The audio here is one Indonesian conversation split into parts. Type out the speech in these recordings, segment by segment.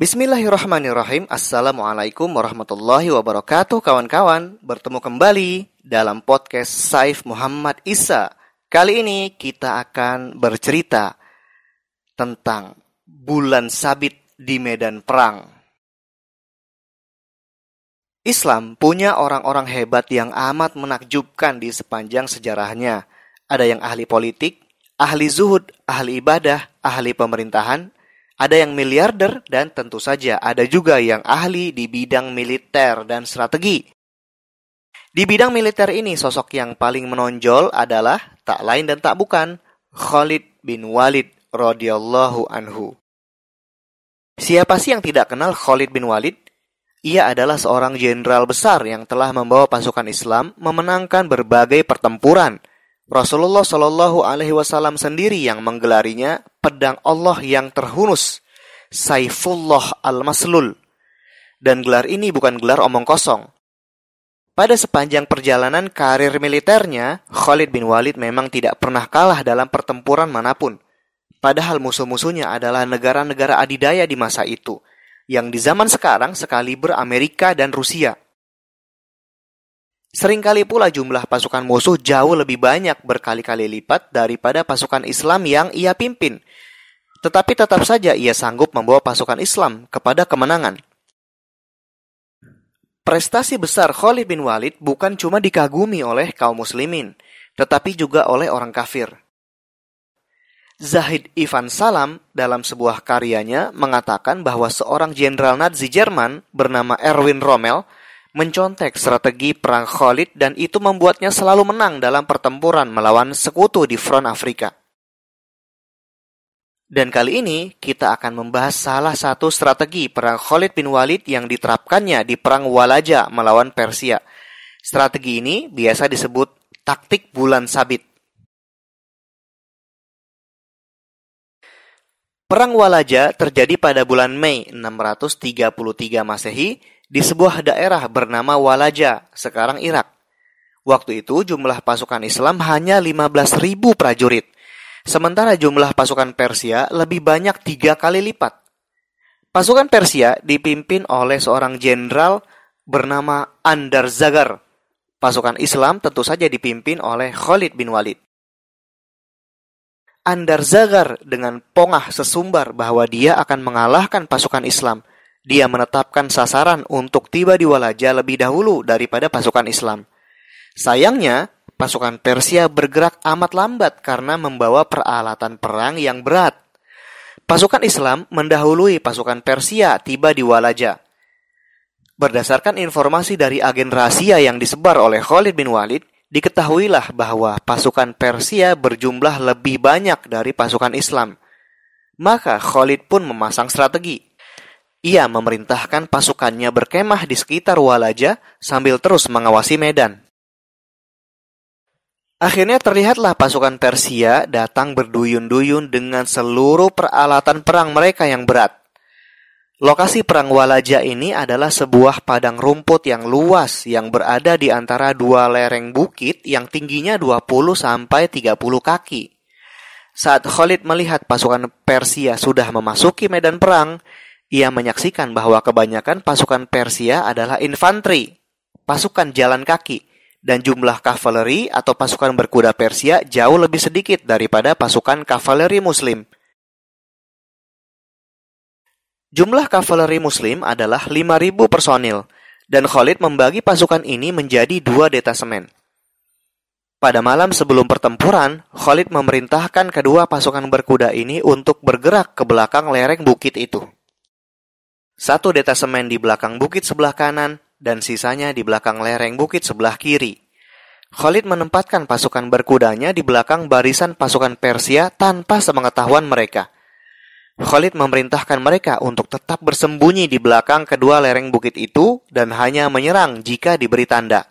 Bismillahirrahmanirrahim. Assalamualaikum warahmatullahi wabarakatuh, kawan-kawan. Bertemu kembali dalam podcast Saif Muhammad Isa. Kali ini kita akan bercerita tentang bulan sabit di medan perang. Islam punya orang-orang hebat yang amat menakjubkan di sepanjang sejarahnya. Ada yang ahli politik, ahli zuhud, ahli ibadah, ahli pemerintahan, ada yang miliarder, dan tentu saja ada juga yang ahli di bidang militer dan strategi. Di bidang militer ini, sosok yang paling menonjol adalah tak lain dan tak bukan Khalid bin Walid radhiyallahu anhu. Siapa sih yang tidak kenal Khalid bin Walid? Ia adalah seorang jenderal besar yang telah membawa pasukan Islam memenangkan berbagai pertempuran. Rasulullah Shallallahu Alaihi Wasallam sendiri yang menggelarinya pedang Allah yang terhunus, Saifullah al-Maslul. Dan gelar ini bukan gelar omong kosong. Pada sepanjang perjalanan karir militernya, Khalid bin Walid memang tidak pernah kalah dalam pertempuran manapun. Padahal musuh-musuhnya adalah negara-negara adidaya di masa itu, yang di zaman sekarang sekaliber Amerika dan Rusia. Seringkali pula jumlah pasukan musuh jauh lebih banyak berkali-kali lipat daripada pasukan Islam yang ia pimpin. Tetapi tetap saja ia sanggup membawa pasukan Islam kepada kemenangan. Prestasi besar Khalid bin Walid bukan cuma dikagumi oleh kaum muslimin, tetapi juga oleh orang kafir. Zahid Ivan Salam dalam sebuah karyanya mengatakan bahwa seorang jenderal Nazi Jerman bernama Erwin Rommel mencontek strategi perang Khalid dan itu membuatnya selalu menang dalam pertempuran melawan sekutu di front Afrika. Dan kali ini kita akan membahas salah satu strategi perang Khalid bin Walid yang diterapkannya di perang Walaja melawan Persia. Strategi ini biasa disebut taktik bulan sabit. Perang Walaja terjadi pada bulan Mei 633 Masehi di sebuah daerah bernama Walaja, sekarang Irak. Waktu itu jumlah pasukan Islam hanya 15.000 prajurit, sementara jumlah pasukan Persia lebih banyak 3 kali lipat. Pasukan Persia dipimpin oleh seorang jenderal bernama Andarzaghar. Pasukan Islam tentu saja dipimpin oleh Khalid bin Walid. Andarzaghar dengan pongah sesumbar bahwa dia akan mengalahkan pasukan Islam. Dia menetapkan sasaran untuk tiba di Walaja lebih dahulu daripada pasukan Islam. Sayangnya, pasukan Persia bergerak amat lambat karena membawa peralatan perang yang berat. Pasukan Islam mendahului pasukan Persia tiba di Walaja. Berdasarkan informasi dari agen rahasia yang disebar oleh Khalid bin Walid, diketahuilah bahwa pasukan Persia berjumlah lebih banyak dari pasukan Islam. Maka Khalid pun memasang strategi. Ia memerintahkan pasukannya berkemah di sekitar Walaja sambil terus mengawasi medan. Akhirnya terlihatlah pasukan Persia datang berduyun-duyun dengan seluruh peralatan perang mereka yang berat. Lokasi perang Walaja ini adalah sebuah padang rumput yang luas yang berada di antara dua lereng bukit yang tingginya 20-30 kaki. Saat Khalid melihat pasukan Persia sudah memasuki medan perang, ia menyaksikan bahwa kebanyakan pasukan Persia adalah infanteri, pasukan jalan kaki, dan jumlah kavaleri atau pasukan berkuda Persia jauh lebih sedikit daripada pasukan kavaleri Muslim. Jumlah kavaleri Muslim adalah 5.000 personil, dan Khalid membagi pasukan ini menjadi 2 detasemen. Pada malam sebelum pertempuran, Khalid memerintahkan kedua pasukan berkuda ini untuk bergerak ke belakang lereng bukit itu. 1 detasemen di belakang bukit sebelah kanan, dan sisanya di belakang lereng bukit sebelah kiri. Khalid menempatkan pasukan berkudanya di belakang barisan pasukan Persia tanpa sepengetahuan mereka. Khalid memerintahkan mereka untuk tetap bersembunyi di belakang kedua lereng bukit itu dan hanya menyerang jika diberi tanda.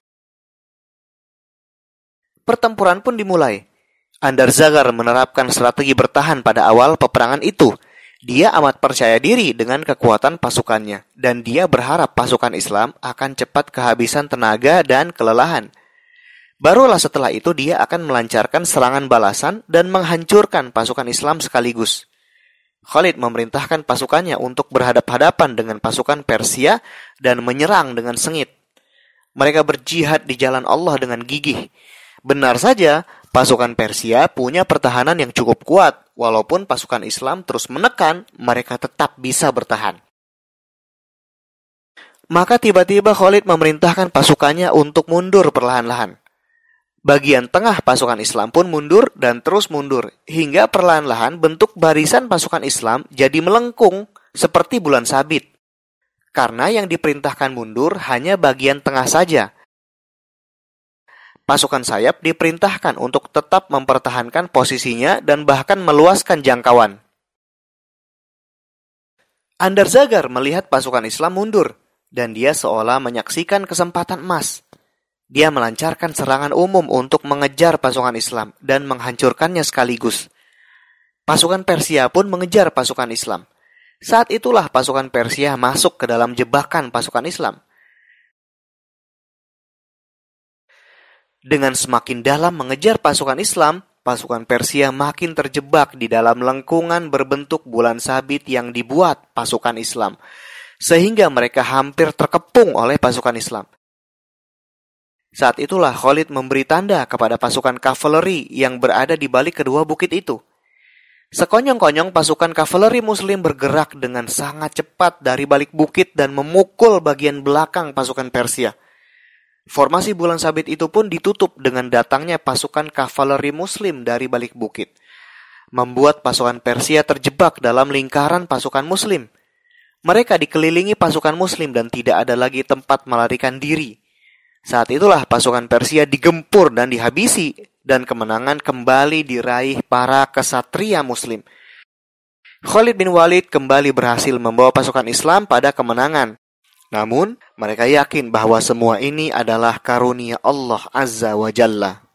Pertempuran pun dimulai. Andarzaghar menerapkan strategi bertahan pada awal peperangan itu. Dia amat percaya diri dengan kekuatan pasukannya, dan dia berharap pasukan Islam akan cepat kehabisan tenaga dan kelelahan. Barulah setelah itu dia akan melancarkan serangan balasan dan menghancurkan pasukan Islam sekaligus. Khalid memerintahkan pasukannya untuk berhadap-hadapan dengan pasukan Persia dan menyerang dengan sengit. Mereka berjihad di jalan Allah dengan gigih. Benar saja, pasukan Persia punya pertahanan yang cukup kuat. Walaupun pasukan Islam terus menekan, mereka tetap bisa bertahan. Maka tiba-tiba Khalid memerintahkan pasukannya untuk mundur perlahan-lahan. Bagian tengah pasukan Islam pun mundur dan terus mundur, hingga perlahan-lahan bentuk barisan pasukan Islam jadi melengkung seperti bulan sabit. Karena yang diperintahkan mundur hanya bagian tengah saja. Pasukan sayap diperintahkan untuk tetap mempertahankan posisinya dan bahkan meluaskan jangkauan. Andarzaghar melihat pasukan Islam mundur, dan dia seolah menyaksikan kesempatan emas. Dia melancarkan serangan umum untuk mengejar pasukan Islam dan menghancurkannya sekaligus. Pasukan Persia pun mengejar pasukan Islam. Saat itulah pasukan Persia masuk ke dalam jebakan pasukan Islam. Dengan semakin dalam mengejar pasukan Islam, pasukan Persia makin terjebak di dalam lengkungan berbentuk bulan sabit yang dibuat pasukan Islam, sehingga mereka hampir terkepung oleh pasukan Islam. Saat itulah Khalid memberi tanda kepada pasukan kavaleri yang berada di balik kedua bukit itu. Sekonyong-konyong pasukan kavaleri Muslim bergerak dengan sangat cepat dari balik bukit dan memukul bagian belakang pasukan Persia. Formasi bulan sabit itu pun ditutup dengan datangnya pasukan kavaleri Muslim dari balik bukit, membuat pasukan Persia terjebak dalam lingkaran pasukan Muslim. Mereka dikelilingi pasukan Muslim dan tidak ada lagi tempat melarikan diri. Saat itulah pasukan Persia digempur dan dihabisi, dan kemenangan kembali diraih para kesatria Muslim. Khalid bin Walid kembali berhasil membawa pasukan Islam pada kemenangan. Namun, mereka yakin bahwa semua ini adalah karunia Allah Azza wa Jalla.